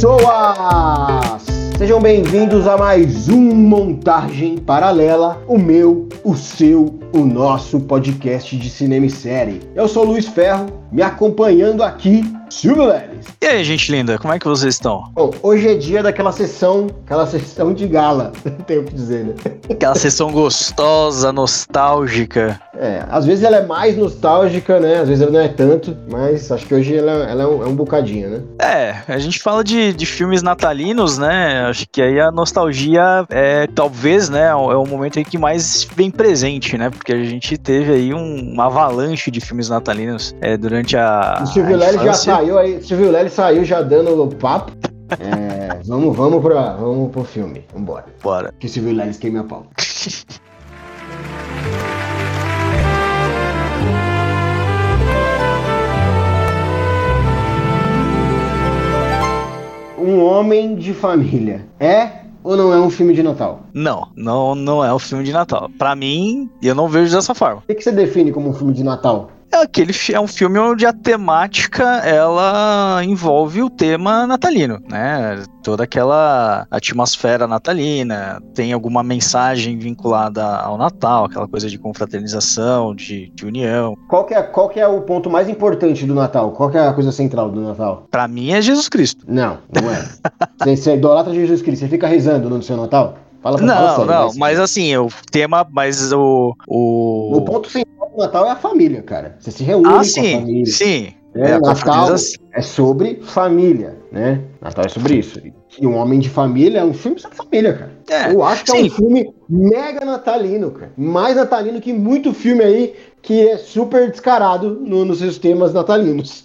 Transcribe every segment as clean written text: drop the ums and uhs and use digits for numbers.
pessoas! Sejam bem-vindos a mais um Montagem Paralela, o meu, o seu, o nosso podcast de cinema e série. Eu sou o Luiz Ferro, me acompanhando aqui, Silvio Leles. E aí, gente linda, como é que vocês estão? Bom, hoje é dia daquela sessão de gala, não tenho o que dizer, né? Aquela sessão gostosa, nostálgica. Às vezes ela é mais nostálgica, né? Às vezes ela não é tanto, mas acho que hoje ela é um bocadinho, né? A gente fala de filmes natalinos, né? Acho que aí a nostalgia talvez, né, é o momento aí que mais vem presente, né? Porque a gente teve aí uma avalanche de filmes natalinos durante a O Silvio Leles já saiu aí, o Silvio Leles saiu já dando o papo. Vamos pro filme, vambora. Bora. Que o Silvio Leles queime a pau. Um Homem de Família é ou não é um filme de Natal? Não é um filme de Natal. Pra mim, eu não vejo dessa forma. O que você define como um filme de Natal? É um filme onde a temática, ela envolve o tema natalino, né? Toda aquela atmosfera natalina, tem alguma mensagem vinculada ao Natal, aquela coisa de confraternização, de união. Qual que é o ponto mais importante do Natal? Qual que é a coisa central do Natal? Pra mim é Jesus Cristo. Não é. Você idolatra Jesus Cristo, você fica rezando no seu Natal? Fala sério, não, mas assim, o tema, mas o ponto central do Natal é a família, cara. Você se reúne com a família. Sim. Natal é sobre família, né? Natal é sobre isso. E Um Homem de Família é um filme sobre família, cara. Eu acho que é um filme mega natalino, cara. Mais natalino que muito filme aí que é super descarado nos seus temas natalinos.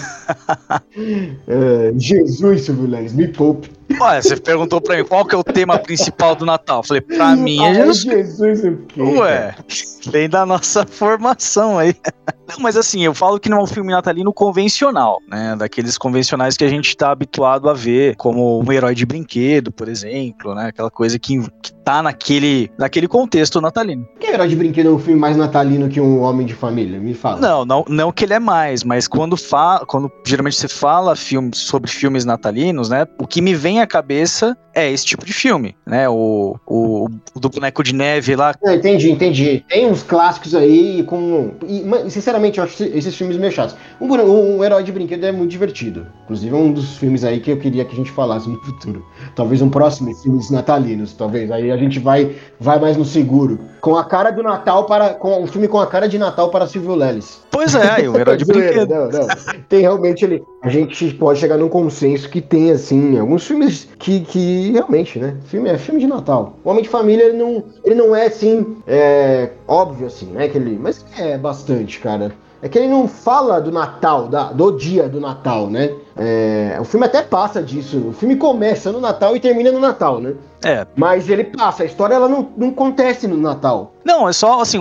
Jesus, Silvio Leles, me poupe. Olha, você perguntou pra mim qual que é o tema principal do Natal. Eu falei, pra mim é Jesus o quê? Ué, vem da nossa formação aí. Não, mas assim, eu falo que não é um filme natalino convencional, né? Daqueles convencionais que a gente tá habituado a ver, como Um Herói de Brinquedo, por exemplo, né? Aquela coisa que tá naquele contexto natalino. Que Herói de Brinquedo é um filme mais natalino que Um Homem de Família? Me fala. Não que ele é mais, mas quando geralmente você fala sobre filmes natalinos, né? O que me vem à cabeça é esse tipo de filme, né? O do Boneco de Neve lá. Entendi. Tem uns clássicos aí sinceramente, eu acho esses filmes meio chatos. Um Herói de Brinquedo é muito divertido. Inclusive, é um dos filmes aí que eu queria que a gente falasse no futuro. Talvez um próximo filmes natalinos, talvez. Aí a gente vai mais no seguro. Com a cara do Natal um filme com a cara de Natal para Silvio Leles. Pois é, um Herói de Brinquedo. Não. Tem realmente a gente pode chegar num consenso que tem, assim, alguns filmes que realmente, né? É filme de Natal. O Homem de Família, ele não é, assim, óbvio, assim, né? Mas é bastante, cara. É que ele não fala do Natal, do dia do Natal, né? O filme até passa disso. O filme começa no Natal e termina no Natal, né? Mas ele passa, a história ela não acontece no Natal. Não, é só assim,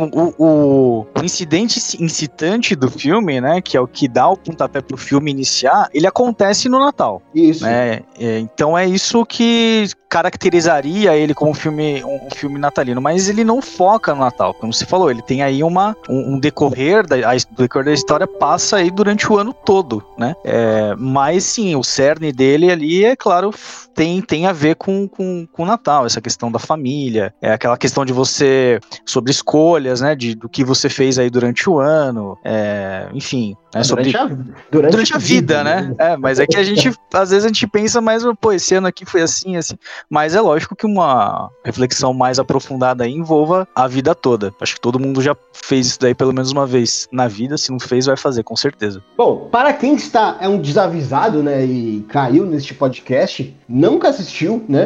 o incidente incitante do filme, né, que é o que dá o pontapé pro filme iniciar, ele acontece no Natal. Isso. Né? Então é isso que caracterizaria ele como um filme natalino, mas ele não foca no Natal, como você falou, ele tem aí um decorrer da história passa aí durante o ano todo, né? Mas sim, o cerne dele ali, é claro, tem a ver com o Natal, essa questão da família, aquela questão de sobre escolhas, né, do que você fez aí durante o ano, enfim, né, durante a vida, né? Mas é que às vezes a gente pensa mais, pô, esse ano aqui foi assim, mas é lógico que uma reflexão mais aprofundada aí envolva a vida toda. Acho que todo mundo já fez isso daí pelo menos uma vez na vida, se não fez, vai fazer, com certeza. Bom, para quem é um desavisado, né, e caiu neste podcast, nunca assistiu, né,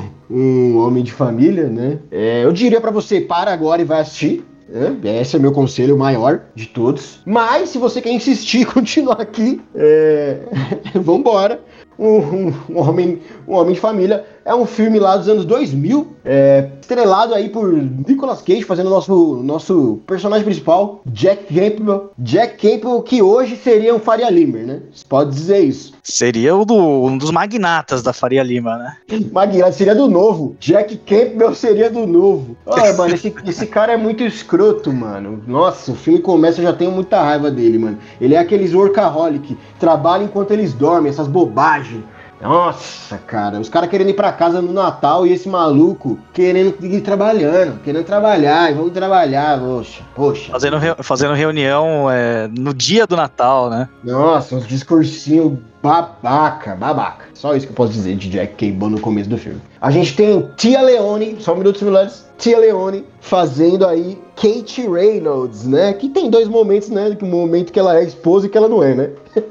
um Homem de Família, né, eu diria pra você, para agora e vai assistir. Esse é meu conselho maior de todos. Mas se você quer insistir e continuar aqui, vambora. Um Homem de Família é um filme lá dos anos 2000, estrelado aí por Nicolas Cage, fazendo o nosso personagem principal, Jack Campbell. Jack Campbell, que hoje seria um Faria Limer, né? Você pode dizer isso. Seria um dos magnatas da Faria Lima, né? Magnata, seria do novo. Jack Campbell seria do novo. Olha, mano, esse cara é muito escroto, mano. Nossa, o filme começa, eu já tenho muita raiva dele, mano. Ele é aqueles workaholic, trabalha enquanto eles dormem, essas bobagens. Nossa, cara, os caras querendo ir pra casa no Natal e esse maluco querendo ir trabalhando, querendo trabalhar, e vamos trabalhar, poxa. Fazendo reunião no dia do Natal, né? Nossa, uns discursinhos babaca. Só isso que eu posso dizer de Jack Campbell no começo do filme. A gente tem Tia Leone, só um minuto, Simulares. Tia Leone fazendo aí Kate Reynolds, né? Que tem dois momentos, né? Um momento que ela é esposa e que ela não é, né?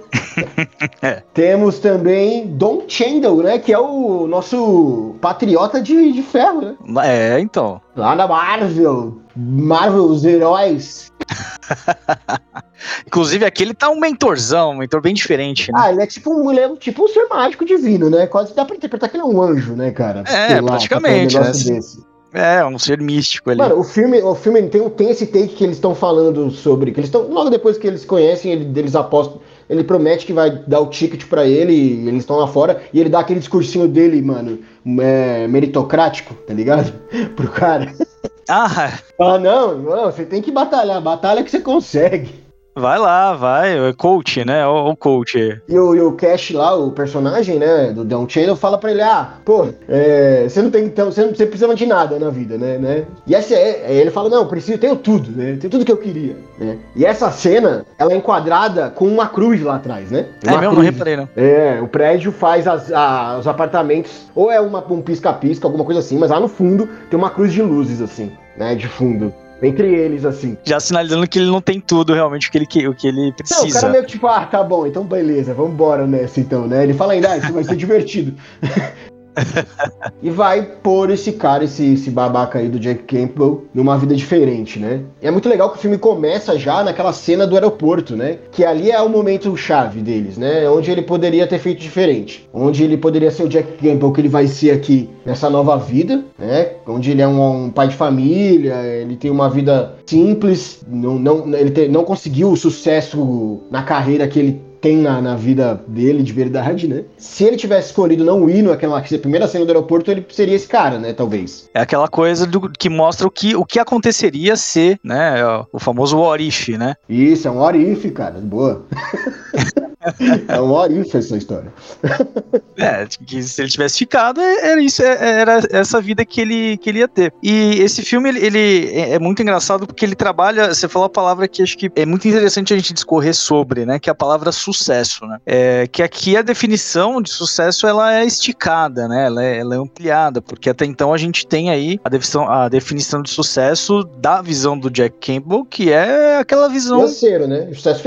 Temos também Don Cheadle, né? Que é o nosso patriota de ferro, né? Então. Lá na Marvel, os heróis. Inclusive aqui ele tá um mentor bem diferente, né? Ele é tipo um ser mágico divino, né? Quase dá pra interpretar que ele é um anjo, né, cara? Praticamente, um negócio desse. Um ser místico ali. Mano, o filme tem esse take que eles estão falando sobre, que eles estão, logo depois que eles se conhecem, eles apostam, ele promete que vai dar o ticket pra ele, e eles estão lá fora, e ele dá aquele discursinho dele, mano, meritocrático, tá ligado? Pro cara. Não, você tem que batalha que você consegue. Vai lá, vai, coach, né? O coach. E o Cash lá, o personagem, né, do Don Cheadle, fala pra ele, você não tem, então, você precisa de nada na vida, né? E ele fala, não, tenho tudo, né? Tenho tudo que eu queria, né? E essa cena, ela é enquadrada com uma cruz lá atrás, né? Não reparei, não. O prédio faz os apartamentos, ou é um pisca-pisca, alguma coisa assim, mas lá no fundo tem uma cruz de luzes, assim, né, de fundo. Entre eles, assim. Já sinalizando que ele não tem tudo realmente o que ele precisa. Não, o cara meio que tipo, tá bom, então beleza, vambora nessa então, né? Ele fala ainda, isso vai ser divertido. E vai pôr esse cara, esse babaca aí do Jack Campbell numa vida diferente, né? E é muito legal que o filme começa já naquela cena do aeroporto, né? Que ali é o momento chave deles, né? Onde ele poderia ter feito diferente. Onde ele poderia ser o Jack Campbell que ele vai ser aqui nessa nova vida, né? Onde ele é um pai de família, ele tem uma vida simples, ele não conseguiu o sucesso na carreira que ele tem na vida dele de verdade, né? Se ele tivesse escolhido não ir naquela primeira cena do aeroporto, ele seria esse cara, né? Talvez. É aquela coisa que mostra o que aconteceria se, né? O famoso what if, né? Isso, é um what if, cara. Boa. É um what if essa história. Que se ele tivesse ficado, era essa vida que ele ia ter. E esse filme, ele é muito engraçado porque ele trabalha, você falou a palavra que acho que é muito interessante a gente discorrer sobre, né, que é a palavra sucesso, né, que aqui a definição de sucesso, ela é esticada, né, ela é ampliada, porque até então a gente tem aí a definição de sucesso da visão do Jack Campbell, que é aquela visão... Financeiro, né,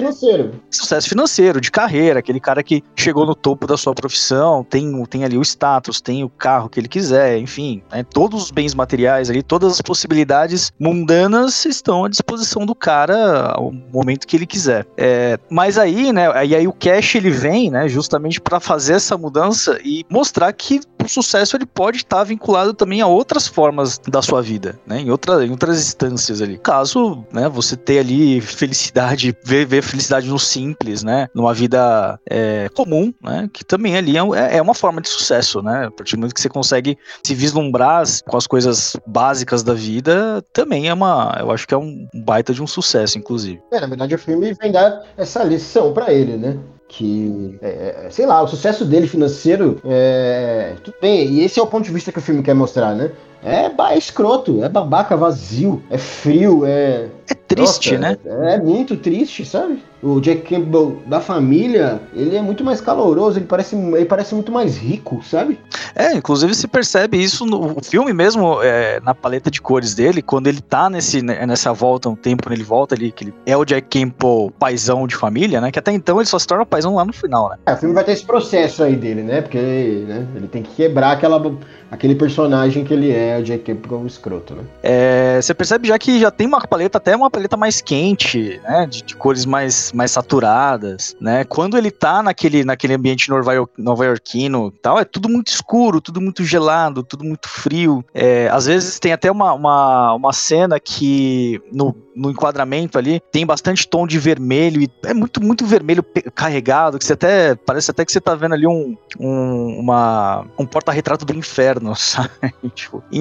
Sucesso financeiro, de carreira, aquele cara que chegou no topo da sua profissão, tem ali o status, tem o carro que ele quiser, enfim, né, todos os bens materiais ali, todas as possibilidades mundanas estão à disposição do cara ao momento que ele quiser. Mas aí, né, aí o Cash ele vem, né, justamente para fazer essa mudança e mostrar que o sucesso ele pode estar vinculado também a outras formas da sua vida, né, em outras instâncias ali. Caso, né, você ter ali felicidade, ver felicidade no simples, né, numa vida comum, né, que também ali é uma forma de sucesso, né, a partir do momento que você consegue se vislumbrar com as coisas básicas da vida, também eu acho que é um baita de um sucesso, inclusive. Na verdade o filme vem dar essa lição pra ele, né, que, sei lá, o sucesso dele financeiro, tudo bem, e esse é o ponto de vista que o filme quer mostrar, né, é escroto, é babaca, vazio, é frio, é triste, né? É muito triste, sabe? O Jack Campbell da família, ele é muito mais caloroso, ele parece muito mais rico, sabe? Inclusive se percebe isso no filme mesmo, na paleta de cores dele, quando ele tá nessa volta, um tempo, quando ele volta ali, que ele é o Jack Campbell paizão de família, né? Que até então ele só se torna paizão lá no final, né? O filme vai ter esse processo aí dele, né? Porque né, ele tem que quebrar aquele personagem que ele é, o Jack Campbell como escroto, né? Você percebe já que já tem uma paleta, até uma paleta mais quente, né? De cores mais saturadas, né? Quando ele tá naquele ambiente nova-iorquino e tal, é tudo muito escuro, tudo muito gelado, tudo muito frio. Às vezes tem até uma cena que no enquadramento ali tem bastante tom de vermelho e é muito, muito vermelho carregado, que parece que você tá vendo ali um porta-retrato do inferno, sabe? Tipo,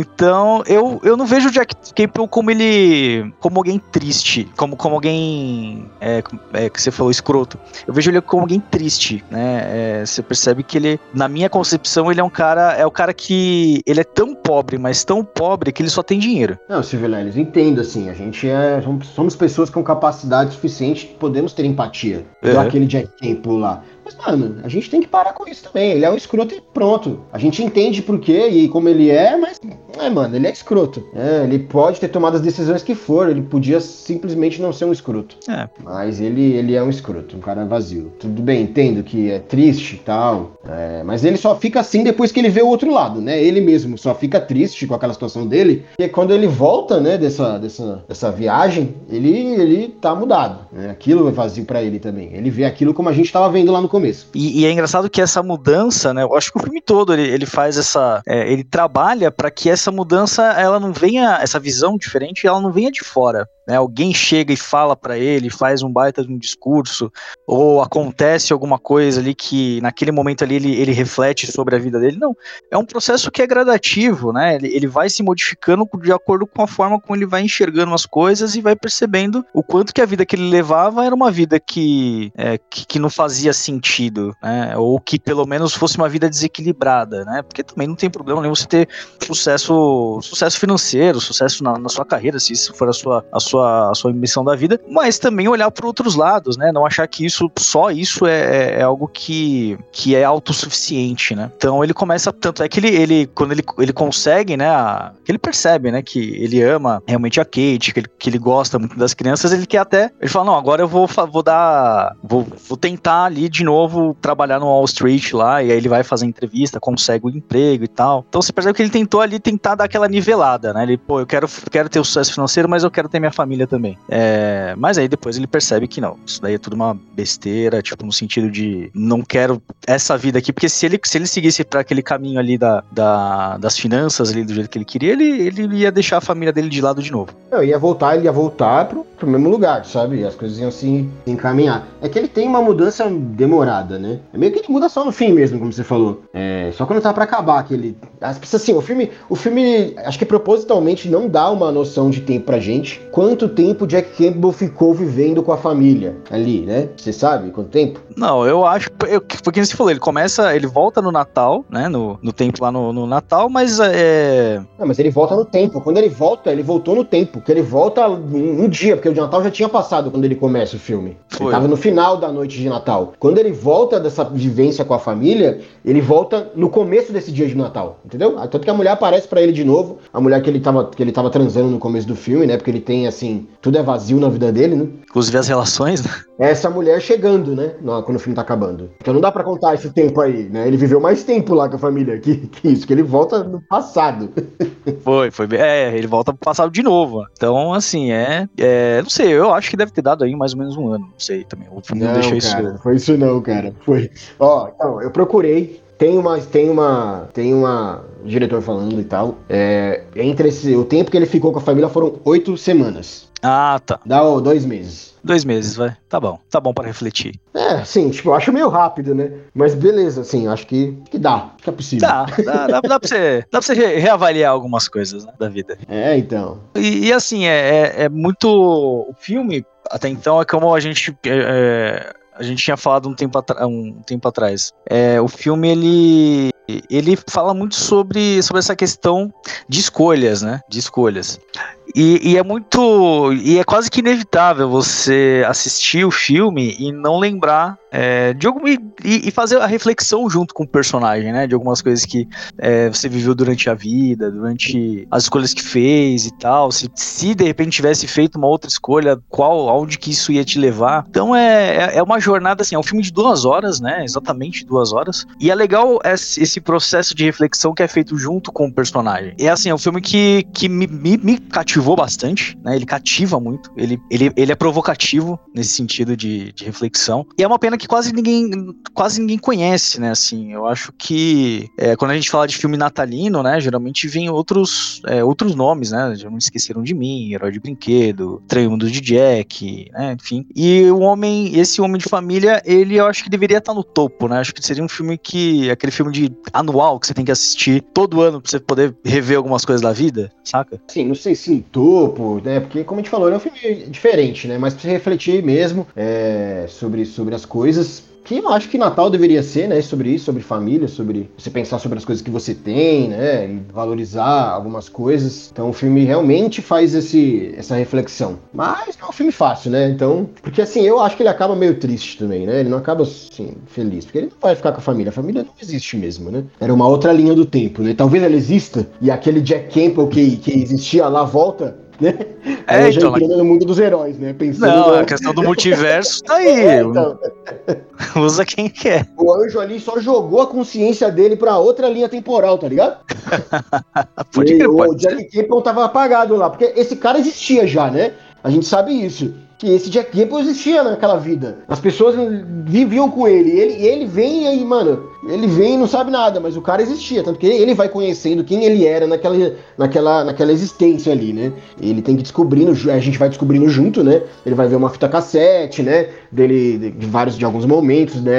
Então, eu não vejo o Jack Campbell como alguém triste, como alguém, que você falou, escroto. Eu vejo ele como alguém triste, né? Você percebe que ele, na minha concepção, ele é o cara que, ele é tão pobre, mas tão pobre que ele só tem dinheiro. Não, Silvio Leles, entendo, assim, a gente somos pessoas com capacidade suficiente que podemos ter empatia. Igual aquele Jack Campbell lá. Mas, mano, a gente tem que parar com isso também. Ele é um escroto e pronto. A gente entende por quê e como ele é, mas, mano, ele é escroto. Ele pode ter tomado as decisões que for, ele podia simplesmente não ser um escroto. Mas ele é um escroto, um cara vazio. Tudo bem, entendo que é triste e tal, mas ele só fica assim depois que ele vê o outro lado, né? Ele mesmo só fica triste com aquela situação dele, e quando ele volta, né, dessa viagem, ele tá mudado, né? Aquilo é vazio pra ele também. Ele vê aquilo como a gente tava vendo lá no começo. E é engraçado que essa mudança, né? Eu acho que o filme todo ele faz ele trabalha para que essa mudança, ela não venha, essa visão diferente, ela não venha de fora. Né, alguém chega e fala pra ele, faz um baita de um discurso, ou acontece alguma coisa ali que naquele momento ali ele reflete sobre a vida dele. Não, é um processo que é gradativo, né? Ele vai se modificando de acordo com a forma como ele vai enxergando as coisas e vai percebendo o quanto que a vida que ele levava era uma vida que não fazia sentido, né? Ou que pelo menos fosse uma vida desequilibrada, né? Porque também não tem problema nenhum você ter sucesso financeiro, sucesso na sua carreira, se isso for a sua missão da vida, mas também olhar para outros lados, né? Não achar que isso é algo que é autossuficiente, né? Então ele começa, tanto é que quando ele consegue, né? Que ele percebe, né? Que ele ama realmente a Kate, que ele gosta muito das crianças, ele fala, não, agora eu vou tentar ali de novo trabalhar no Wall Street lá, e aí ele vai fazer entrevista, consegue o emprego e tal. Então você percebe que ele tentou ali tentar dar aquela nivelada, né? Ele, eu quero ter o sucesso financeiro, mas eu quero ter minha família também. Mas aí depois ele percebe que não, isso daí é tudo uma besteira, tipo, no sentido de não quero essa vida aqui, porque se ele seguisse para aquele caminho ali das finanças ali do jeito que ele queria, ele ia deixar a família dele de lado de novo. Ele ia voltar pro mesmo lugar, sabe? As coisas iam se encaminhar. É que ele tem uma mudança demorada, né? É meio que ele muda só no fim mesmo, como você falou. Só quando tá pra acabar que ele... Assim, o filme, acho que propositalmente não dá uma noção de tempo pra gente. Quanto tempo Jack Campbell ficou vivendo com a família ali, né? Você sabe quanto tempo? Não, eu acho... Foi quem você falou, ele volta no Natal, né? No tempo lá no Natal, mas Não, mas ele volta no tempo. Quando ele volta, ele voltou no tempo. Porque ele volta um dia, porque o de Natal já tinha passado quando ele começa o filme. Ele tava no final da noite de Natal. Quando ele volta dessa vivência com a família, ele volta no começo desse dia de Natal, entendeu? Tanto que a mulher aparece pra ele de novo, a mulher que ele tava transando no começo do filme, né? Porque ele tem, assim, tudo é vazio na vida dele, né? Inclusive as relações, né? Essa mulher chegando, né? Quando o filme tá acabando. Então não dá pra contar esse tempo aí, né? Ele viveu mais tempo lá com a família que isso, que ele volta no passado. Foi bem. Ele volta pro passado de novo. Então, assim, não sei, eu acho que deve ter dado aí mais ou menos um ano. Não sei também. O filme não deixou isso. Cara, foi isso não, cara. Foi. Então, eu procurei. Tem uma diretor falando e tal. Entre o tempo que ele ficou com a família foram 8 semanas. Ah, tá. Dá 2 meses. 2 meses, vai. Tá bom pra refletir. Sim, tipo, eu acho meio rápido, né? Mas beleza, assim, acho que dá. Acho que é possível. Dá pra você reavaliar algumas coisas, né, da vida. Então. E assim, é muito... O filme, até então, é como a gente tinha falado um tempo atrás. O filme, ele fala muito sobre essa questão de escolhas, né? De escolhas. E é quase que inevitável você assistir o filme e não lembrar de algum, e fazer a reflexão junto com o personagem, né? De algumas coisas que você viveu durante a vida, durante as escolhas que fez e tal. Se de repente tivesse feito uma outra escolha, aonde que isso ia te levar. Então é uma jornada, assim, é um filme de 2 horas, né? Exatamente 2 horas. E é legal esse processo de reflexão que é feito junto com o personagem. É assim, é um filme que me cativou cativou bastante, né? Ele cativa muito, ele é provocativo nesse sentido de reflexão. E é uma pena que quase ninguém conhece, né? Assim, eu acho que quando a gente fala de filme natalino, né? Geralmente vem outros nomes, né? Já não esqueceram de mim, Herói de Brinquedo, Estranho Mundo de Jack, né? Enfim. E esse Homem de Família, eu acho que deveria estar no topo, né? Acho que seria um filme aquele filme anual que você tem que assistir todo ano pra você poder rever algumas coisas da vida, saca? Sim, não sei se em topo, né? Porque, como a gente falou, é um filme diferente, né? Mas pra você refletir mesmo sobre as coisas. Que eu acho que Natal deveria ser, né? Sobre isso, sobre família, sobre você pensar sobre as coisas que você tem, né? E valorizar algumas coisas. Então o filme realmente faz essa reflexão. Mas não é um filme fácil, né? Então, porque assim, eu acho que ele acaba meio triste também, né? Ele não acaba, assim, feliz. Porque ele não vai ficar com a família. A família não existe mesmo, né? Era uma outra linha do tempo, né? Talvez ela exista e aquele Jack Campbell que existia lá volta, né? Aí eu já entrando no mundo dos heróis, né? Pensando a questão do multiverso tá aí. Então. Usa quem quer. O anjo ali só jogou a consciência dele pra outra linha temporal, tá ligado? O Jack Campbell tava apagado lá, porque esse cara existia já, né? A gente sabe isso. Que esse Jack Campbell existia naquela vida. As pessoas viviam com ele. Ele vem e aí, mano, ele vem e não sabe nada, mas o cara existia. Tanto que ele vai conhecendo quem ele era naquela existência ali, né? Ele tem que descobrindo, a gente vai descobrindo junto, né? Ele vai ver uma fita cassete, né? De alguns momentos, né?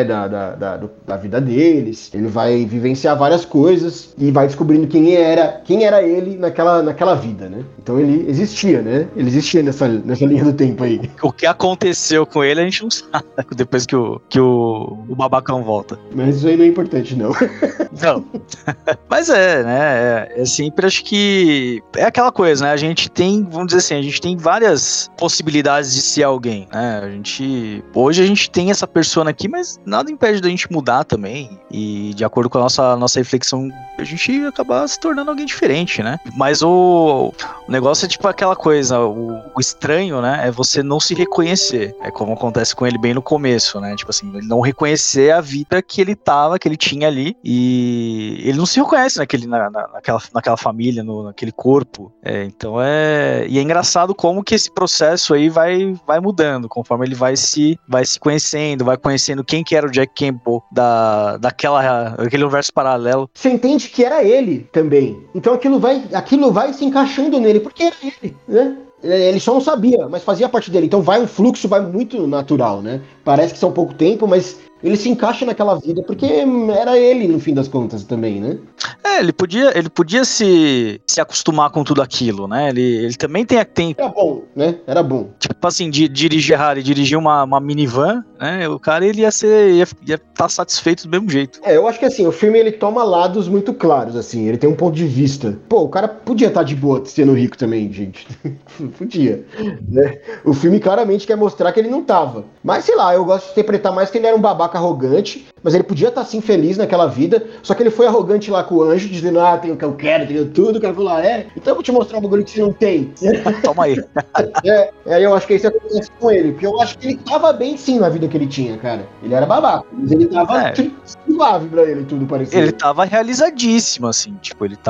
Da vida deles. Ele vai vivenciar várias coisas e vai descobrindo quem era ele naquela vida, né? Então ele existia, né? Ele existia nessa linha do tempo aí. O que aconteceu com ele a gente não sabe depois que o babacão volta. Mas isso aí não é importante, não. Não. Mas né? É sempre, acho que é aquela coisa, né? A gente tem, vamos dizer assim, a gente tem várias possibilidades de ser alguém, né? Hoje a gente tem essa persona aqui, mas nada impede da gente mudar também. E de acordo com a nossa reflexão, a gente acabar se tornando alguém diferente, né? Mas o negócio é tipo aquela coisa, o estranho, né? É você não se reconhecer. É como acontece com ele bem no começo, né? Tipo assim, ele não reconhecer a vida que ele tinha ali, e ele não se reconhece naquela família, naquele corpo. Então e é engraçado como que esse processo aí vai mudando, conforme ele vai se conhecendo, vai conhecendo quem que era o Jack Campbell daquele universo paralelo. Você entende que era ele também. Então aquilo vai se encaixando nele, porque era ele, né? Ele só não sabia, mas fazia parte dele. Então vai um fluxo, vai muito natural, né? Parece que são pouco tempo, mas ele se encaixa naquela vida, porque era ele, no fim das contas, também, né? Ele podia se acostumar com tudo aquilo, né? Ele também tem... Era bom, né? Era bom. Tipo assim, dirigir Harry, dirigir uma minivan, né? O cara, ele ia estar satisfeito do mesmo jeito. Eu acho que assim, o filme, ele toma lados muito claros, assim. Ele tem um ponto de vista. Pô, o cara podia estar de boa sendo rico também, gente. Podia, né? O filme claramente quer mostrar que ele não tava. Mas, sei lá, eu gosto de interpretar mais que ele era um babaca arrogante, mas ele podia estar, assim, feliz naquela vida, só que ele foi arrogante lá com o anjo, dizendo, tenho o que eu quero, tenho tudo, o cara falou, então eu vou te mostrar um bagulho que você não tem. Toma aí. Aí eu acho que isso acontece com ele, porque eu acho que ele tava bem, sim, na vida que ele tinha, cara. Ele era babaca, mas ele tava suave pra ele, tudo parecia. Ele tava realizadíssimo, assim, tipo, ele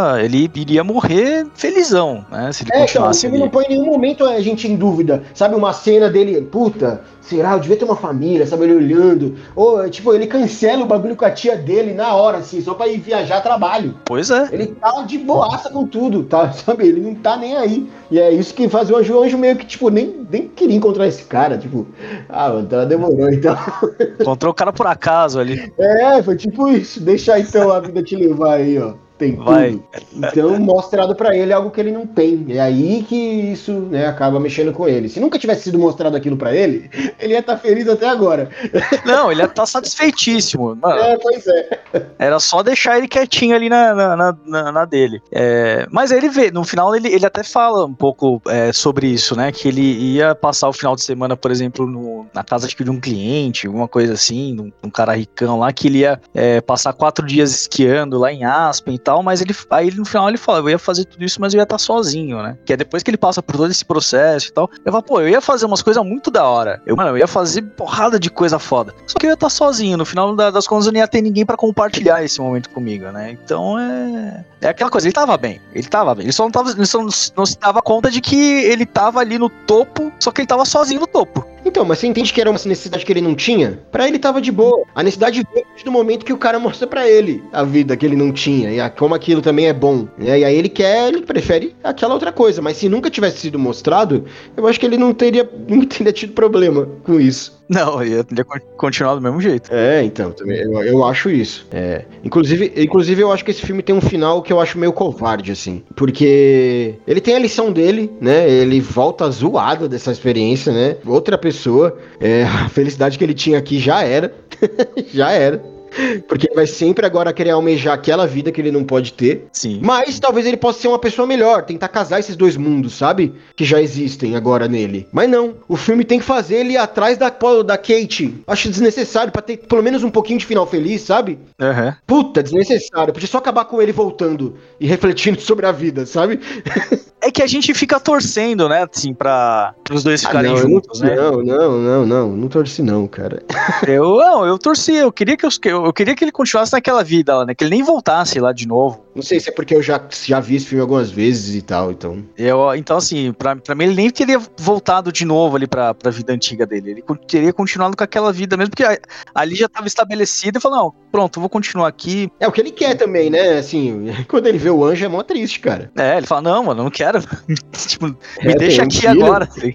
iria morrer felizão, né, se ele continuasse. Então, o filme não põe em nenhum momento a gente em dúvida, sabe, uma cena dele, puta, será, eu devia ter uma família, sabe, ele olhando, ou, tipo, ele cancela o bagulho com a tia dele na hora, assim, só pra ir viajar a trabalho. Pois é. Ele tá de boaça com tudo, tá, sabe, ele não tá nem aí, e é isso que faz o anjo meio que, tipo, nem queria encontrar esse cara, tipo, mano, então demorou, então. Encontrou o cara por acaso ali. Foi tipo isso, deixa então a vida te levar aí, ó. Tem tudo. Então, mostrado pra ele algo que ele não tem. É aí que isso, né, acaba mexendo com ele. Se nunca tivesse sido mostrado aquilo pra ele, ele ia estar feliz até agora. Não, ele ia estar satisfeitíssimo. Mano. Pois é. Era só deixar ele quietinho ali na dele. Mas aí ele vê, no final ele até fala um pouco sobre isso, né? Que ele ia passar o final de semana, por exemplo, na casa de um cliente, alguma coisa assim, um cara ricão lá, que ele ia passar 4 dias esquiando lá em Aspen e tal, mas aí no final ele fala, eu ia fazer tudo isso, mas eu ia estar sozinho, né? Que é depois que ele passa por todo esse processo e tal, eu falo, pô, eu ia fazer umas coisas muito da hora. Eu ia fazer porrada de coisa foda. Só que eu ia estar sozinho, no final das contas eu não ia ter ninguém pra compartilhar esse momento comigo, né? Então é aquela coisa, ele tava bem, ele só não se dava conta de que ele tava ali no topo, só que ele tava sozinho no topo. Então, mas você entende que era uma necessidade que ele não tinha? Pra ele tava de boa. A necessidade veio a partir do momento que o cara mostra pra ele a vida que ele não tinha e como aquilo também é bom, né? E aí ele prefere aquela outra coisa. Mas se nunca tivesse sido mostrado, eu acho que ele não teria tido problema com isso. Não, ia continuar do mesmo jeito. Então, também, eu acho isso. Inclusive, eu acho que esse filme tem um final que eu acho meio covarde, assim. Porque ele tem a lição dele, né? Ele volta zoado dessa experiência, né? Outra pessoa. A felicidade que ele tinha aqui já era. Já era. Porque ele vai sempre agora querer almejar aquela vida que ele não pode ter. Sim. Mas talvez ele possa ser uma pessoa melhor, tentar casar esses dois mundos, sabe? Que já existem agora nele. Mas não, o filme tem que fazer ele ir atrás da Kate. Acho desnecessário pra ter pelo menos um pouquinho de final feliz, sabe? Uhum. Puta, desnecessário. Podia só acabar com ele voltando e refletindo sobre a vida, sabe? É que a gente fica torcendo, né, assim, pros dois ficarem juntos, né? Não torci não, cara. Eu torci, eu queria que ele continuasse naquela vida lá, né, que ele nem voltasse lá de novo. Não sei se é porque eu já vi esse filme algumas vezes e tal, então... Então, assim, pra mim ele nem teria voltado de novo ali pra vida antiga dele, ele teria continuado com aquela vida mesmo, porque ali já tava estabelecido e falou, não, pronto, vou continuar aqui. É o que ele quer também, né, assim, quando ele vê o anjo é mó triste, cara. Ele fala, não, mano, não quero, tipo, me deixa aqui agora, assim.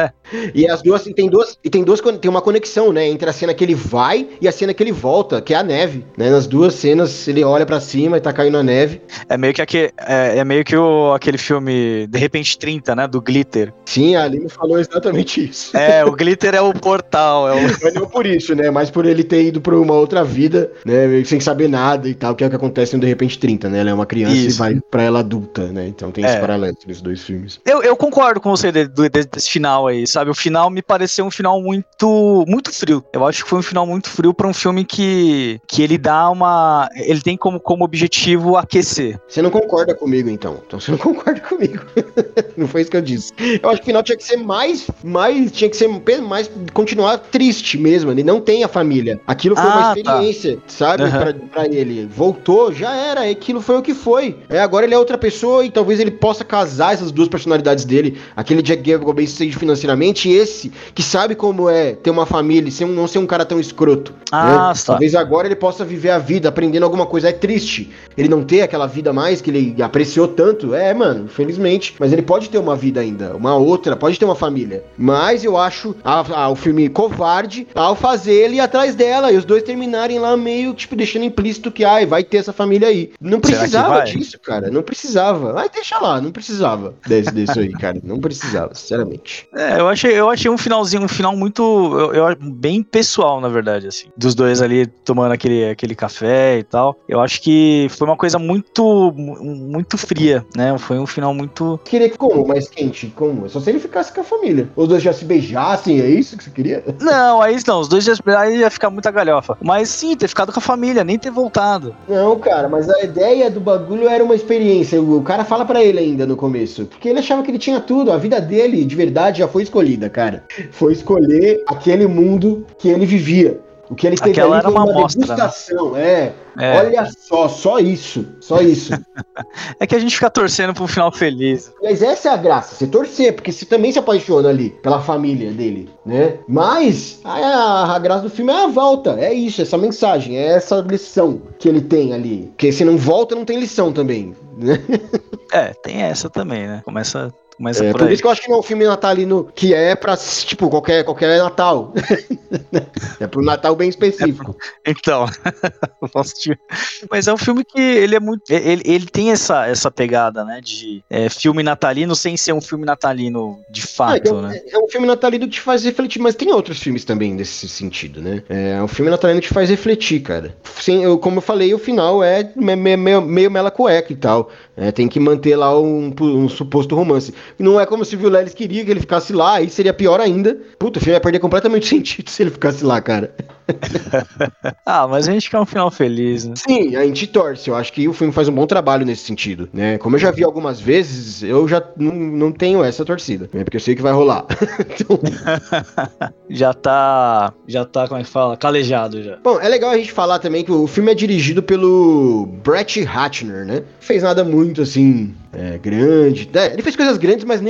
E as duas, tem uma conexão, né, entre a cena que ele vai e a cena que ele volta, que é a neve, né, nas duas cenas ele olha pra cima e tá caindo a neve. É meio que aquele filme De Repente 30, né, do Glitter. Sim, a Aline falou exatamente isso. O Glitter é o portal. Mas não por isso, né, mas por ele ter ido pra uma outra vida, né, sem saber nada e tal, que é o que acontece no De Repente 30, né, ela é uma criança e vai pra ela adulta, né, então tem esse paralelo nesses dois filmes. Eu concordo com você desse final aí, sabe? O final me pareceu um final muito, muito frio. Eu acho que foi um final muito frio pra um filme que ele dá ele tem como objetivo aquecer. Você não concorda comigo, então? Então você não concorda comigo. Não foi isso que eu disse. Eu acho que o final tinha que ser mais continuar triste mesmo. Ele não tem a família. Aquilo foi uma experiência, sabe? Uhum. Pra ele. Voltou, já era. Aquilo foi o que foi. Agora ele é outra pessoa e talvez ele possa casar essas duas personalidades dele. Aquele Jack Gable bem sucedido financeiramente e esse que sabe como é ter uma família e não ser um cara tão escroto. Né? Talvez agora ele possa viver a vida aprendendo alguma coisa. É triste ele não ter aquela vida mais que ele apreciou tanto. Mano, infelizmente. Mas ele pode ter uma vida ainda, uma outra, pode ter uma família. Mas eu acho o filme covarde ao fazer ele ir atrás dela e os dois terminarem lá meio, tipo, deixando implícito que vai ter essa família aí. Não precisava disso, cara. Não precisava. Deixa lá, não precisava desse aí, cara. Não precisava, sinceramente. Eu achei um final muito bem pessoal, na verdade, assim. Dos dois ali tomando aquele café e tal. Eu acho que foi uma coisa muito, muito fria, né? Foi um final muito... Queria que como? Mais quente? Como? Só se ele ficasse com a família. Os dois já se beijassem, é isso que você queria? Não, os dois aí ia ficar muita galhofa. Mas sim, ter ficado com a família, nem ter voltado. Não, cara, mas a ideia do bagulho era uma experiência. O cara fala pra ele ainda no começo. Porque ele achava que ele tinha tudo. A vida dele, de verdade, já foi escolhida, cara. Foi escolher aquele mundo que ele vivia. O que ele teve Aquela ali era foi uma amostra, degustação, né? Olha só isso. É que a gente fica torcendo pra um final feliz. Mas essa é a graça, você torcer, porque você também se apaixona ali pela família dele, né? Mas a graça do filme é a volta, é isso, essa mensagem, é essa lição que ele tem ali. Porque se não volta, não tem lição também, né? Tem essa também, né? Começa por isso que eu acho que não é um filme natalino que é pra, tipo, qualquer Natal. É pro Natal bem específico. Então, mas é um filme que ele é muito... Ele tem essa pegada, né, de filme natalino sem ser um filme natalino de fato, né? É um filme natalino que te faz refletir, mas tem outros filmes também desse sentido, né? É um filme natalino que te faz refletir, cara. Como eu falei, o final é meio mela cueca e tal. Tem que manter lá um suposto romance. Não é como se o Vilelis queria que ele ficasse lá, aí seria pior ainda. Puta, o filme ia perder completamente o sentido se ele ficasse lá, cara. Mas a gente quer um final feliz, né? Sim, a gente torce. Eu acho que o filme faz um bom trabalho nesse sentido, né? Como eu já vi algumas vezes, eu já não tenho essa torcida, né? Porque eu sei que vai rolar. Então... já tá, como é que fala? Calejado já. Bom, é legal a gente falar também que o filme é dirigido pelo Brett Ratner, né? Não fez nada muito, assim, grande. Ele fez coisas grandes, mas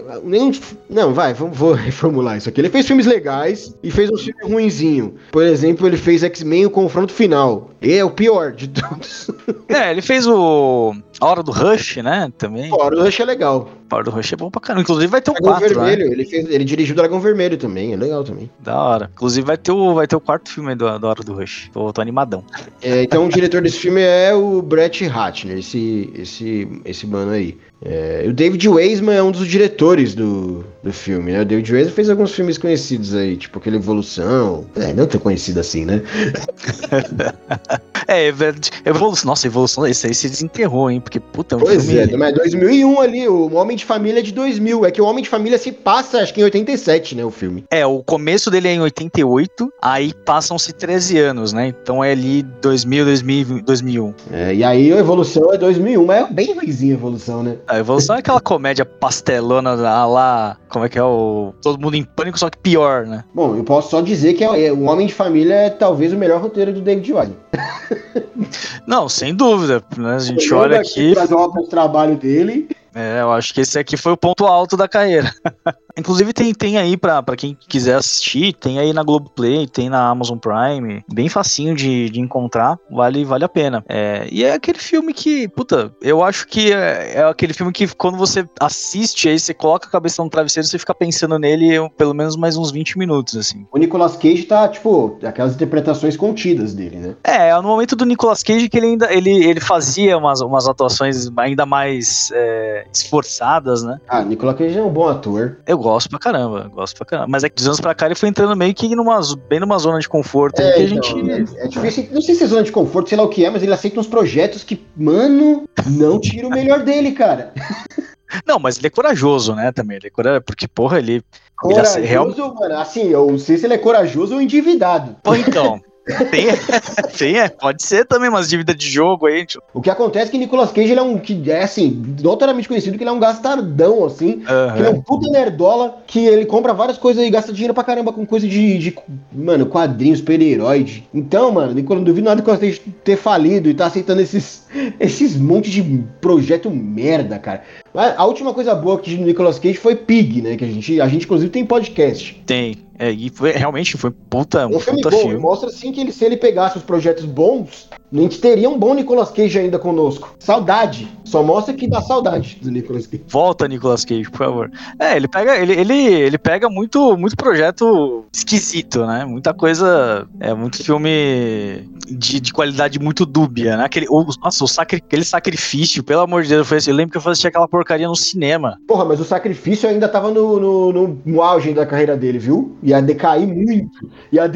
vou reformular isso aqui. Ele fez filmes legais e fez um filme ruinzinho. Por exemplo, ele fez X-Men, o Confronto Final. E é o pior de todos. Ele fez A Hora do Rush, né? Também. A Hora do Rush é legal. A Hora do Rush é bom pra caramba. Inclusive vai ter o Dragão 4, Vermelho, né? Ele dirigiu Dragão Vermelho também, é legal também. Da hora. Inclusive vai ter o quarto filme aí da Hora do Rush. Tô animadão. Então o diretor desse filme é o Brett Ratner, esse mano aí. O David Weisman é um dos diretores do filme, né? O David Weisman fez alguns filmes conhecidos aí, tipo aquele Evolução. Não tão conhecido assim, né? Evolução. Nossa, Evolução, esse aí se desenterrou, hein? Porque, puta, é um pois filme... mas 2001 ali, o Homem de Família é de 2000. É que o Homem de Família se passa, acho que em 87, né, o filme. O começo dele é em 88, aí passam-se 13 anos, né? Então é ali 2000, 2001. E aí a Evolução é 2001, mas é bem ruimzinho a Evolução, né? A Evolução é aquela comédia pastelona lá, como é que é Todo Mundo em Pânico, só que pior, né? Bom, eu posso só dizer que o Homem de Família é talvez o melhor roteiro do David Weisman. Não, sem dúvida, né? A gente olha aqui... Fazer o trabalho dele... Eu acho que esse aqui foi o ponto alto da carreira. Inclusive tem aí pra quem quiser assistir, tem aí na Globoplay, tem na Amazon Prime, bem facinho de encontrar, vale a pena. E é aquele filme que, puta, eu acho que é aquele filme que quando você assiste, aí você coloca a cabeça no travesseiro, você fica pensando nele pelo menos mais uns 20 minutos, assim. O Nicolas Cage tá, tipo, aquelas interpretações contidas dele, né? É no momento do Nicolas Cage que ele fazia umas atuações ainda mais esforçadas, né? Nicolas Cage é um bom ator. Eu gosto pra caramba. Mas é que dos anos pra cá ele foi entrando meio que bem numa zona de conforto. Que a gente... É difícil, não sei se é zona de conforto, sei lá o que é, mas ele aceita uns projetos que, mano, não tira o melhor dele, cara. Não, mas ele é corajoso, né, também. Ele é corajoso, porque, porra, ele... Corajoso, mano, assim, eu não sei se ele é corajoso ou endividado. Pô, então... Pode ser também umas dívidas de jogo aí. Tipo. O que acontece é que Nicolas Cage ele é assim, notoriamente conhecido que ele é um gastardão, assim, que ele é um puta nerdola, que ele compra várias coisas e gasta dinheiro pra caramba com coisa de mano, quadrinhos, super-herói. Então, mano, não duvido nada que Nicolas Cage ter falido e tá aceitando esses monte de projeto merda, cara. A última coisa boa que do Nicolas Cage foi Pig, né, que a gente inclusive tem podcast. Tem. E realmente foi um puta bom, filme. Mostra assim que se ele pegasse os projetos bons, a gente teria um bom Nicolas Cage ainda conosco. Saudade. Só mostra que dá saudade do Nicolas Cage. Volta, Nicolas Cage, por favor. Ele pega muito projeto esquisito, né? Muita coisa. Muito filme de qualidade muito dúbia, né? Aquele sacrifício, pelo amor de Deus, eu lembro que eu assisti aquela porcaria no cinema. Porra, mas o sacrifício ainda tava no auge da carreira dele, viu? Ia decair muito.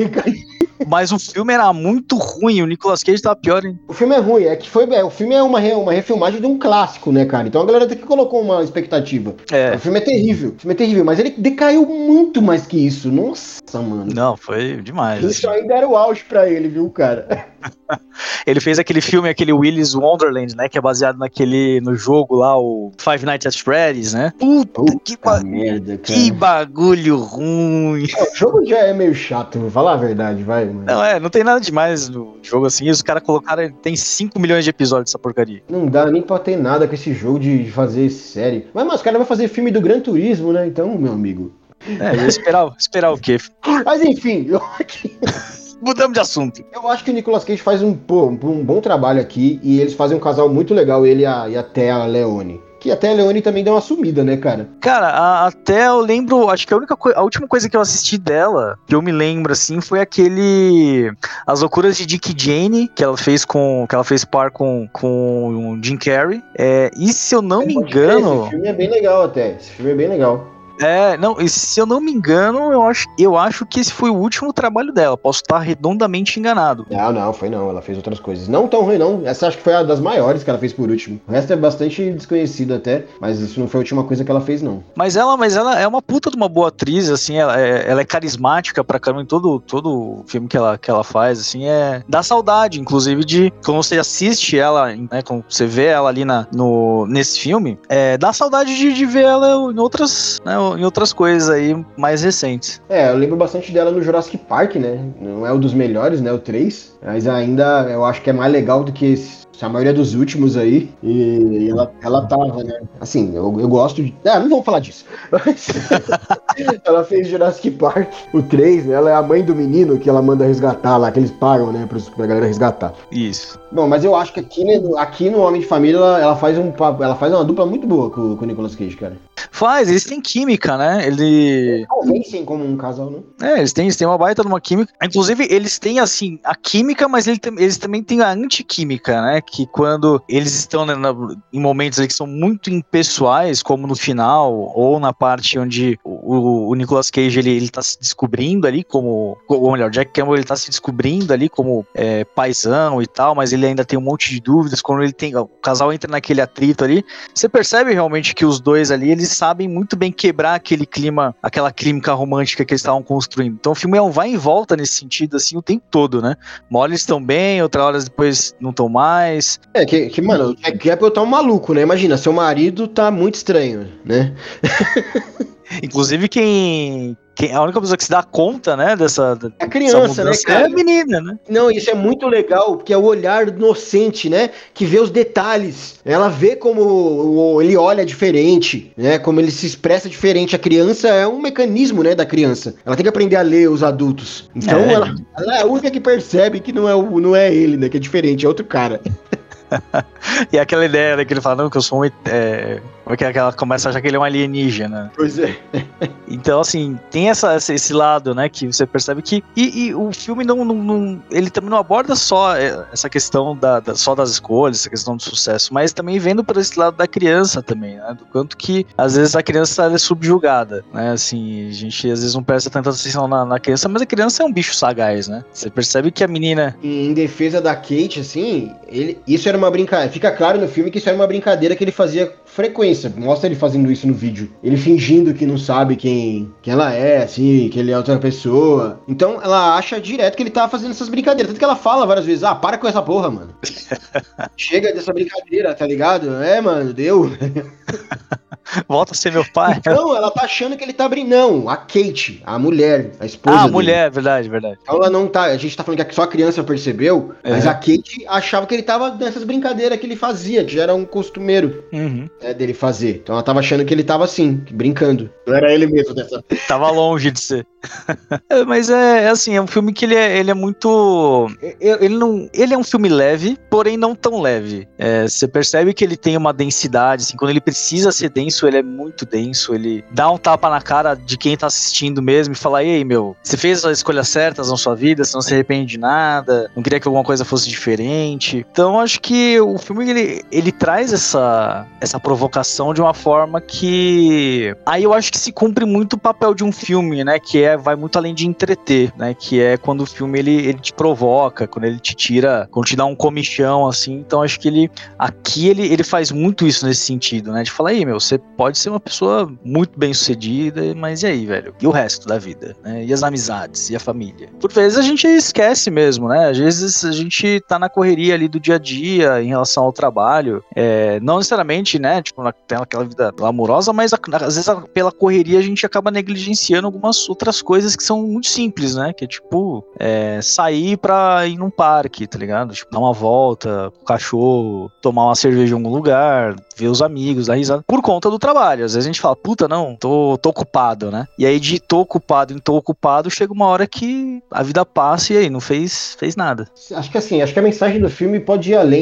Mas o filme era muito ruim, o Nicolas Cage tava pior, hein? O filme é ruim, o filme é uma refilmagem de um clássico, né, cara? Então a galera até que colocou uma expectativa. O filme é terrível, mas ele decaiu muito mais que isso. Nossa, mano. Não, foi demais. Isso ainda era o auge pra ele, viu, cara? Ele fez aquele filme, aquele Willy's Wonderland, né? Que é baseado no jogo lá, o Five Nights at Freddy's, né? Puta merda, cara. Que bagulho ruim. O jogo já é meio chato, vou falar a verdade, vai, mano. Não tem nada demais no jogo assim. Os caras colocaram, tem 5 milhões de episódios dessa porcaria. Não dá nem pra ter nada com esse jogo de fazer série. Mas os caras vão fazer filme do Gran Turismo, né? Então, meu amigo. Esperar o quê? Mas enfim, mudamos de assunto. Eu acho que o Nicolas Cage faz um bom trabalho aqui e eles fazem um casal muito legal, ele e a Téa Leoni. Que até a Leoni também deu uma sumida, né, cara? Cara, até eu lembro, acho que a última coisa que eu assisti dela, que eu me lembro, assim, foi As Loucuras de Dick e Jane, que ela fez par com o Jim Carrey. E se eu não me engano... Esse filme é bem legal até, esse filme é bem legal. Não, e se eu não me engano, eu acho que esse foi o último trabalho dela. Posso estar redondamente enganado. Não, foi não. Ela fez outras coisas. Não tão ruim, não. Essa acho que foi a das maiores que ela fez por último. O resto é bastante desconhecido até, mas isso não foi a última coisa que ela fez, não. Mas ela é uma puta de uma boa atriz, assim, ela é carismática pra caramba em todo filme que ela faz, assim, dá saudade, inclusive, de quando você assiste ela, né, quando você vê ela ali nesse filme, dá saudade de ver ela em outras coisas aí mais recentes. Eu lembro bastante dela no Jurassic Park, né? Não é o dos melhores, né? O 3. Mas ainda eu acho que é mais legal do que a maioria dos últimos aí. E ela tava, né? Assim, eu gosto de. Não vamos falar disso. Mas ela fez Jurassic Park, o 3, né? Ela é a mãe do menino que ela manda resgatar lá, que eles pagam, né? Pra galera resgatar. Isso. Bom, mas eu acho que aqui no Homem de Família ela faz uma dupla muito boa com o Nicolas Cage, cara. Eles têm química, né? Convencem como um casal, não? Eles têm uma baita de uma química. Inclusive, eles têm, assim, a química, mas eles também têm a antiquímica, né? Que quando eles estão em momentos ali que são muito impessoais, como no final, ou na parte onde o Nicolas Cage, ele tá se descobrindo ali ou melhor, Jack Campbell, ele tá se descobrindo ali como paizão e tal, mas ele ainda tem um monte de dúvidas. Quando o casal entra naquele atrito ali, você percebe realmente que os dois ali, eles sabem muito bem quebrar aquele clima, aquela química romântica que eles estavam construindo. Então o filme vai e volta nesse sentido, assim, o tempo todo, né? Uma hora eles estão bem, outra hora depois não estão mais. Mano, o Jack Campbell tá um maluco, né? Imagina, seu marido tá muito estranho, né? Inclusive a única pessoa que se dá conta, né, dessa a criança, né, cara? É a menina, né? Não, isso é muito legal, porque é o olhar inocente, né, que vê os detalhes. Ela vê como ele olha diferente, né, como ele se expressa diferente. A criança é um mecanismo, né, da criança. Ela tem que aprender a ler os adultos. Então ela é a única que percebe que não é ele, né, que é diferente, é outro cara. E aquela ideia, né, que ele fala, não, que eu sou porque ela começa a achar que ele é um alienígena. Pois é. Então, assim, tem esse lado, né, que você percebe que... E o filme ele também não aborda só essa questão só das escolhas, essa questão do sucesso, mas também vendo por esse lado da criança também, né, do quanto que, às vezes, a criança é subjugada, né, assim, a gente, às vezes, não presta tanta atenção na criança, mas a criança é um bicho sagaz, né? Você percebe que a menina... Em defesa da Kate, assim, isso era uma brincadeira. Fica claro no filme que isso era uma brincadeira que ele fazia frequência. Mostra ele fazendo isso no vídeo. Ele fingindo que não sabe quem ela é, assim, que ele é outra pessoa. Então ela acha direto que ele tá fazendo essas brincadeiras. Tanto que ela fala várias vezes, para com essa porra, mano. Chega dessa brincadeira, tá ligado? Mano, deu. Volta a ser meu pai. Então, ela tá achando que ele tá brincando. Não, a Kate, a mulher, a esposa a mulher, verdade. Então ela não tá... A gente tá falando que só a criança percebeu, mas a Kate achava que ele tava nessas brincadeiras que ele fazia, que já era um costumeiro dele fazer. Então ela tava achando que ele tava assim, brincando. Não era ele mesmo dessa... Tava longe de ser. Mas assim, é um filme que ele é muito... Ele é um filme leve, porém não tão leve. Você percebe que ele tem uma densidade, assim, quando ele precisa ser denso, ele é muito denso, ele dá um tapa na cara de quem tá assistindo mesmo e fala, ei, meu, você fez as escolhas certas na sua vida, você não se arrepende de nada, não queria que alguma coisa fosse diferente. Então, acho que o filme, ele traz essa provocação de uma forma que... Aí eu acho que se cumpre muito o papel de um filme, né, que vai muito além de entreter, né, que é quando o filme, ele te provoca, quando ele te tira, quando te dá um comichão, assim. Então, acho que ele faz muito isso nesse sentido, né, de falar, aí, meu, você pode ser uma pessoa muito bem sucedida, mas e aí, velho? E o resto da vida, né? E as amizades, e a família? Por vezes a gente esquece mesmo, né? Às vezes a gente tá na correria ali do dia a dia em relação ao trabalho, não necessariamente, né, tipo, tem aquela vida amorosa, mas às vezes pela correria a gente acaba negligenciando algumas outras coisas que são muito simples, né? Que é tipo, sair pra ir num parque, tá ligado? Tipo, dar uma volta com o cachorro, tomar uma cerveja em algum lugar, ver os amigos, dar risada, por conta do trabalho. Às vezes a gente fala, puta, não, tô ocupado, né? E aí de tô ocupado, chega uma hora que a vida passa e aí não fez nada. Acho que a mensagem do filme pode ir além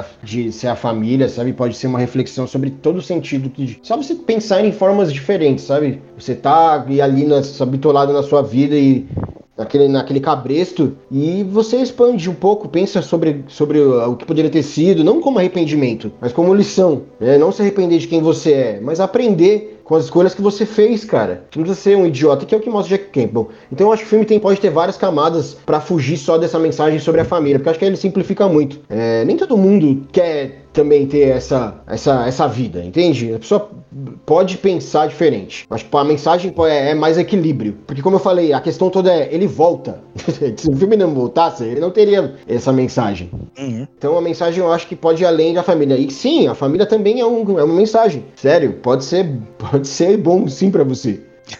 de ser a família, sabe? Pode ser uma reflexão sobre todo o sentido só você pensar em formas diferentes, sabe? Você tá ali bitolado na sua vida e naquele cabresto, e você expande um pouco, pensa sobre o que poderia ter sido, não como arrependimento, mas como lição, né? Não se arrepender de quem você é, mas aprender com as escolhas que você fez, cara. Você não precisa ser um idiota, que é o que mostra Jack Campbell. Então eu acho que o filme pode ter várias camadas pra fugir só dessa mensagem sobre a família, porque eu acho que ele simplifica muito. Nem todo mundo quer também ter essa vida, entende? A pessoa pode pensar diferente. Acho que a mensagem é mais equilíbrio. Porque como eu falei, a questão toda é, ele volta. Se o filme não voltasse, ele não teria essa mensagem. Uhum. Então a mensagem eu acho que pode ir além da família. E sim, a família também é uma mensagem. Sério, pode ser bom sim pra você.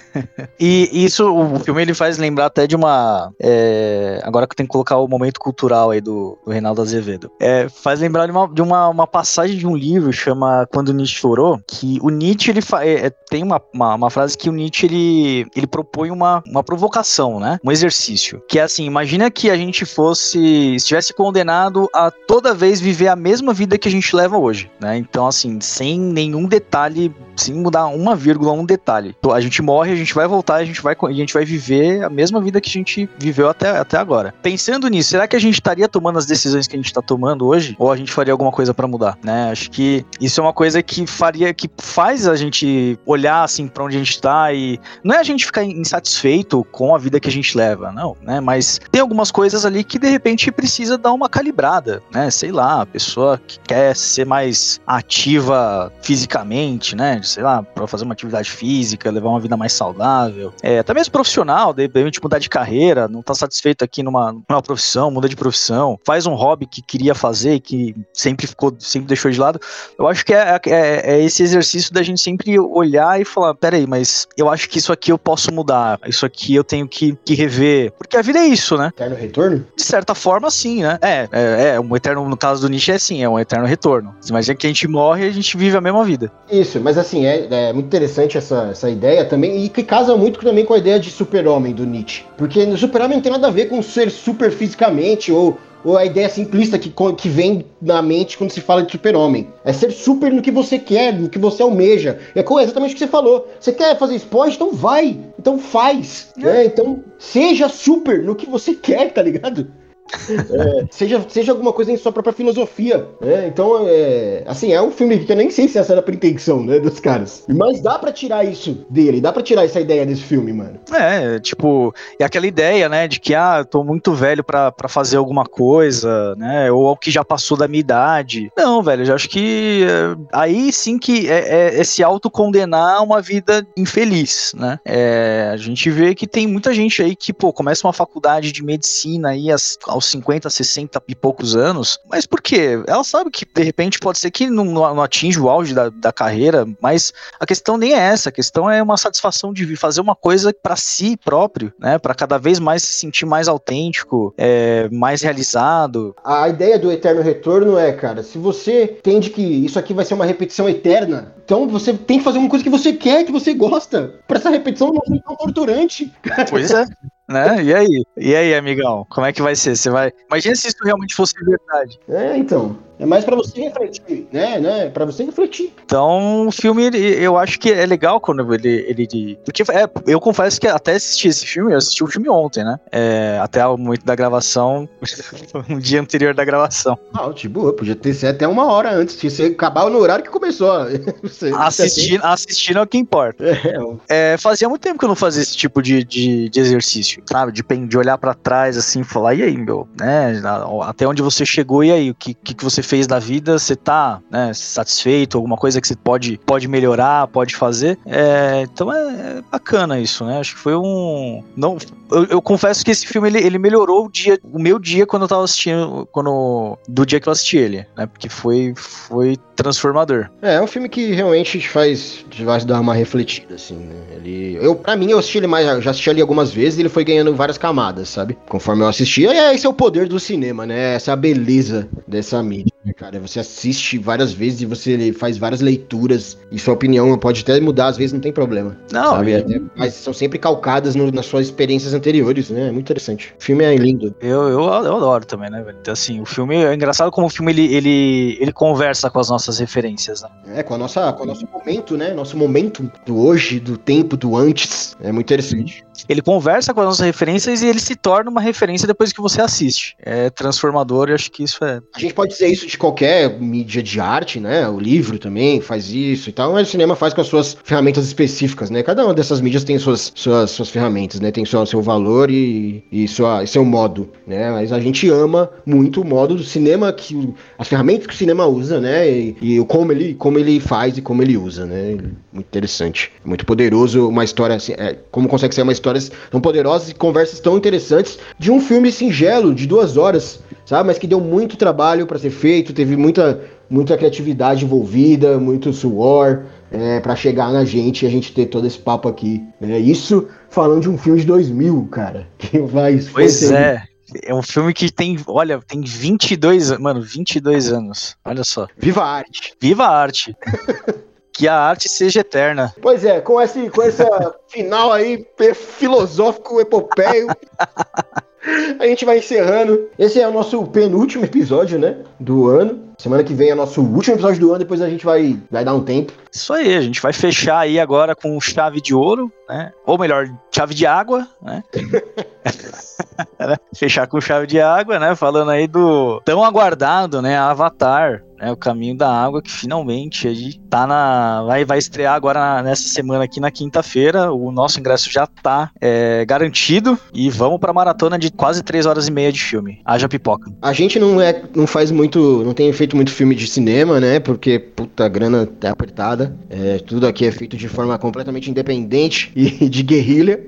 E isso, o filme ele faz lembrar até de uma... agora que eu tenho que colocar o momento cultural aí do Reinaldo Azevedo. Faz lembrar de uma passagem de um livro, chama Quando Nietzsche Chorou, que o Nietzsche, ele tem uma frase que o Nietzsche, ele propõe uma provocação, né? Um exercício. Que é assim, imagina que a gente estivesse condenado a toda vez viver a mesma vida que a gente leva hoje, né? Então, assim, sem nenhum detalhe, sem mudar uma vírgula, um detalhe. A gente morre, a gente vai voltar, a gente vai viver a mesma vida que a gente viveu até agora. Pensando nisso, será que a gente estaria tomando as decisões que a gente está tomando hoje? Ou a gente faria alguma coisa para mudar, né? Acho que isso é uma coisa que faz a gente olhar assim para onde a gente tá, e não é a gente ficar insatisfeito com a vida que a gente leva, não, né? Mas tem algumas coisas ali que de repente precisa dar uma calibrada, né? Sei lá, a pessoa que quer ser mais ativa fisicamente, né? Sei lá, para fazer uma atividade física, levar uma vida mais saudável, até mesmo profissional, de repente mudar de carreira, não tá satisfeito aqui numa profissão, muda de profissão, faz um hobby que queria fazer, que sempre deixou de lado. Eu acho que é esse exercício da gente sempre olhar e falar, peraí, mas eu acho que isso aqui eu posso mudar, isso aqui eu tenho que rever, porque a vida é isso, né? Eterno retorno? De certa forma, sim, né? Um eterno, no caso do Nietzsche, é um eterno retorno. Você imagina que a gente morre e a gente vive a mesma vida. Isso, mas assim, é muito interessante essa ideia também, e que casa muito também com a ideia de super-homem do Nietzsche. Porque no super-homem não tem nada a ver com ser super fisicamente, ou a ideia simplista que vem na mente quando se fala de super-homem. É ser super no que você quer, no que você almeja. É exatamente o que você falou. Você quer fazer esporte? Então vai. Então faz. Então seja super no que você quer, tá ligado? Seja alguma coisa em sua própria filosofia, né? Então, assim, é um filme que eu nem sei se essa era a pretensão, né, dos caras. Mas dá pra tirar isso dele, dá pra tirar essa ideia desse filme, mano. É aquela ideia, né, de que, tô muito velho pra fazer alguma coisa, né, ou que já passou da minha idade. Não, velho, eu já acho que aí sim que é se autocondenar uma vida infeliz, né. A gente vê que tem muita gente aí que, começa uma faculdade de medicina aí aos 50, 60 e poucos anos, mas por quê? Ela sabe que de repente pode ser que não atinja o auge da carreira, mas a questão nem é essa, a questão é uma satisfação de fazer uma coisa para si próprio, né, para cada vez mais se sentir mais autêntico, mais realizado. A ideia do eterno retorno cara, se você entende que isso aqui vai ser uma repetição eterna, então você tem que fazer uma coisa que você quer, que você gosta, para essa repetição não ser tão torturante. Pois é. Né? E aí, amigão? Como é que vai ser? Você vai... Imagina se isso realmente fosse verdade. Então. É mais pra você refletir, né? Pra você refletir. Então, o filme, eu acho que é legal quando ele... Porque eu confesso que até assisti esse filme, eu assisti o filme ontem, né? Até o momento da gravação, um dia anterior da gravação. De boa, podia ter sido até uma hora antes, se você acabar no horário que começou. Assistindo é o que importa. Fazia muito tempo que eu não fazia esse tipo de exercício, sabe? De olhar pra trás, assim, e falar, e aí, meu? Né? Até onde você chegou, e aí? O que você fez da vida? Você tá, né, satisfeito? Alguma coisa que você pode melhorar, pode fazer? Então é bacana isso, né? Acho que foi eu confesso que esse filme, ele melhorou o meu dia quando eu tava assistindo, do dia que eu assisti ele, né? Porque foi transformador. É um filme que realmente te faz dar uma refletida, assim, né? Pra mim, eu assisti ele já assisti ali algumas vezes, e ele foi ganhando várias camadas, sabe? Conforme eu assistia, esse é o poder do cinema, né? Essa é a beleza dessa mídia, né, cara? Você assiste várias vezes e você faz várias leituras, e sua opinião pode até mudar, às vezes não tem problema. Não, sabe? Mas são sempre calcadas nas suas experiências anteriores, né? É muito interessante. O filme é lindo. Eu adoro também, né, velho? Então, assim, o filme é engraçado como o filme ele conversa com as nossas referências, né? Com o nosso momento, né? Nosso momento do hoje, do tempo, do antes. É muito interessante. Ele conversa com as nossas referências e ele se torna uma referência depois que você assiste. É transformador e acho que isso é... A gente pode dizer isso de qualquer mídia de arte, né? O livro também faz isso e tal, mas o cinema faz com as suas ferramentas específicas, né? Cada uma dessas mídias tem suas ferramentas, né? Tem seu valor e seu modo, né? Mas a gente ama muito o modo do cinema, as ferramentas que o cinema usa, né? E como ele faz e como ele usa, né? Muito interessante. Muito poderoso uma história assim, como consegue ser uma história tão poderosa e conversas tão interessantes de um filme singelo, de 2 horas, sabe? Mas que deu muito trabalho para ser feito, teve muita criatividade envolvida, muito suor, para chegar na gente e a gente ter todo esse papo aqui, né? Isso falando de um filme de 2000, cara. Que vai... Pois é. É um filme que tem 22 anos. Olha só. Viva a arte. Viva a arte. Que a arte seja eterna. Pois é, com essa final aí filosófico, epopeio, a gente vai encerrando. Esse é o nosso penúltimo episódio, né, do ano. Semana que vem é o nosso último episódio do ano, depois a gente vai dar um tempo. Isso aí, a gente vai fechar aí agora com chave de ouro, né? Ou melhor, chave de água, né? Fechar com chave de água, né? Falando aí do tão aguardado, né? Avatar, né? O Caminho da Água, que finalmente aí tá vai estrear agora nessa semana aqui na quinta-feira. O nosso ingresso já tá garantido e vamos pra maratona de quase 3 horas e meia de filme. Haja pipoca. A gente não tem feito muito filme de cinema, né? Porque, puta, a grana tá apertada. Tudo aqui é feito de forma completamente independente e de guerrilha.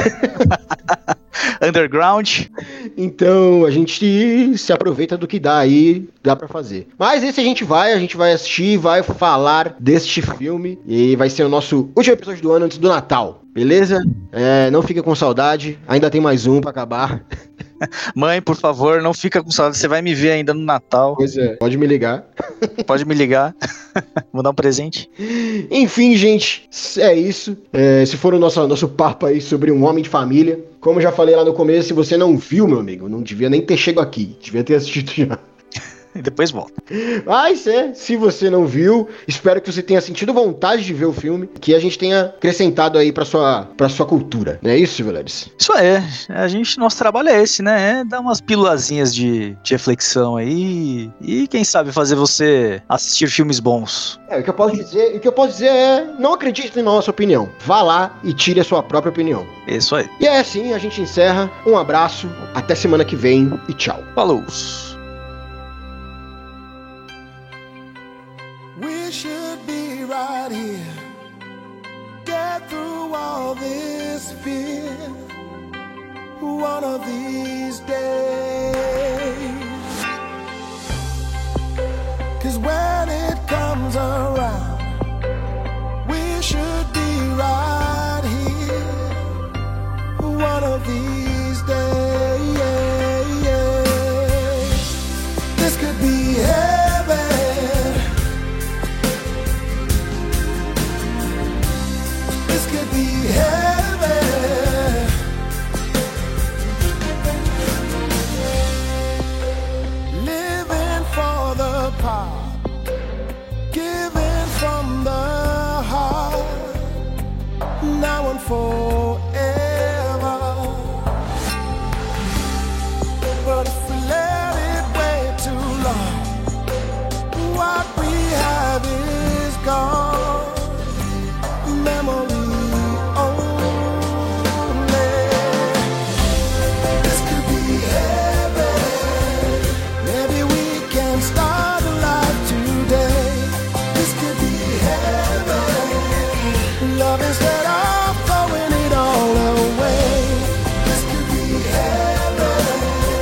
Underground. Então a gente se aproveita do que dá aí, dá pra fazer. Mas esse a gente vai assistir, vai falar deste filme e vai ser o nosso último episódio do ano antes do Natal. Beleza? Não fica com saudade, ainda tem mais um pra acabar. Mãe, por favor, não fica com saudade, você vai me ver ainda no Natal. Pois é, pode me ligar. Pode me ligar. Vou dar um presente. Enfim, gente, é isso. Esse foi o nosso papo aí sobre um homem de família. Como eu já falei lá no começo, se você não viu, meu amigo, não devia nem ter chegado aqui. Devia ter assistido já. E depois volta. Mas se você não viu, espero que você tenha sentido vontade de ver o filme, que a gente tenha acrescentado aí pra sua cultura. Não é isso, Silvelares? Isso é. Nosso trabalho é esse, né? Dar umas pílulazinhas de reflexão aí e quem sabe fazer você assistir filmes bons. O que eu posso dizer é, não acredite na nossa opinião. Vá lá e tire a sua própria opinião. Isso aí. E é assim, a gente encerra. Um abraço, até semana que vem e tchau. Falou! We should be right here. Get through all this fear. One of these days. 'Cause when it comes around, we should be right here. One of these days. This could be heaven. This could be heaven. Living for the part, giving from the heart, now and forever. But if we let it wait too long, what we have is gone. Memory. Instead of throwing it all away, this could be heaven.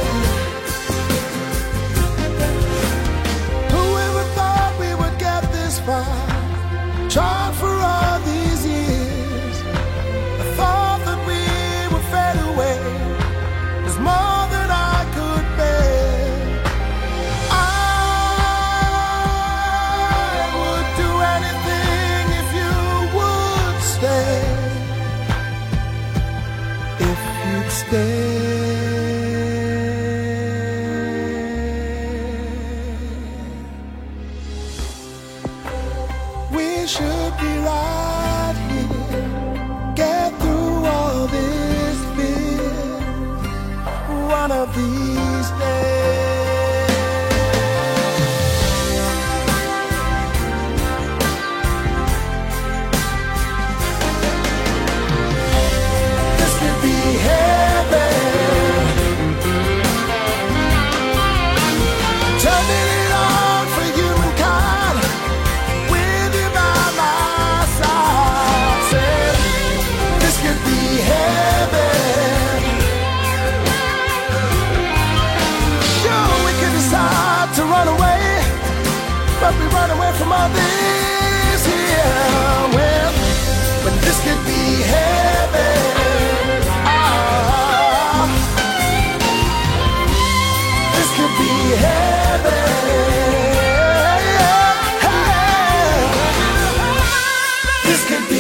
Whoever thought we would get this far? Tried for all these years. I thought that we would fade away. There's more than I could bear. I would do anything if you would stay. If you'd stay. We should be right here. Get through all this. This could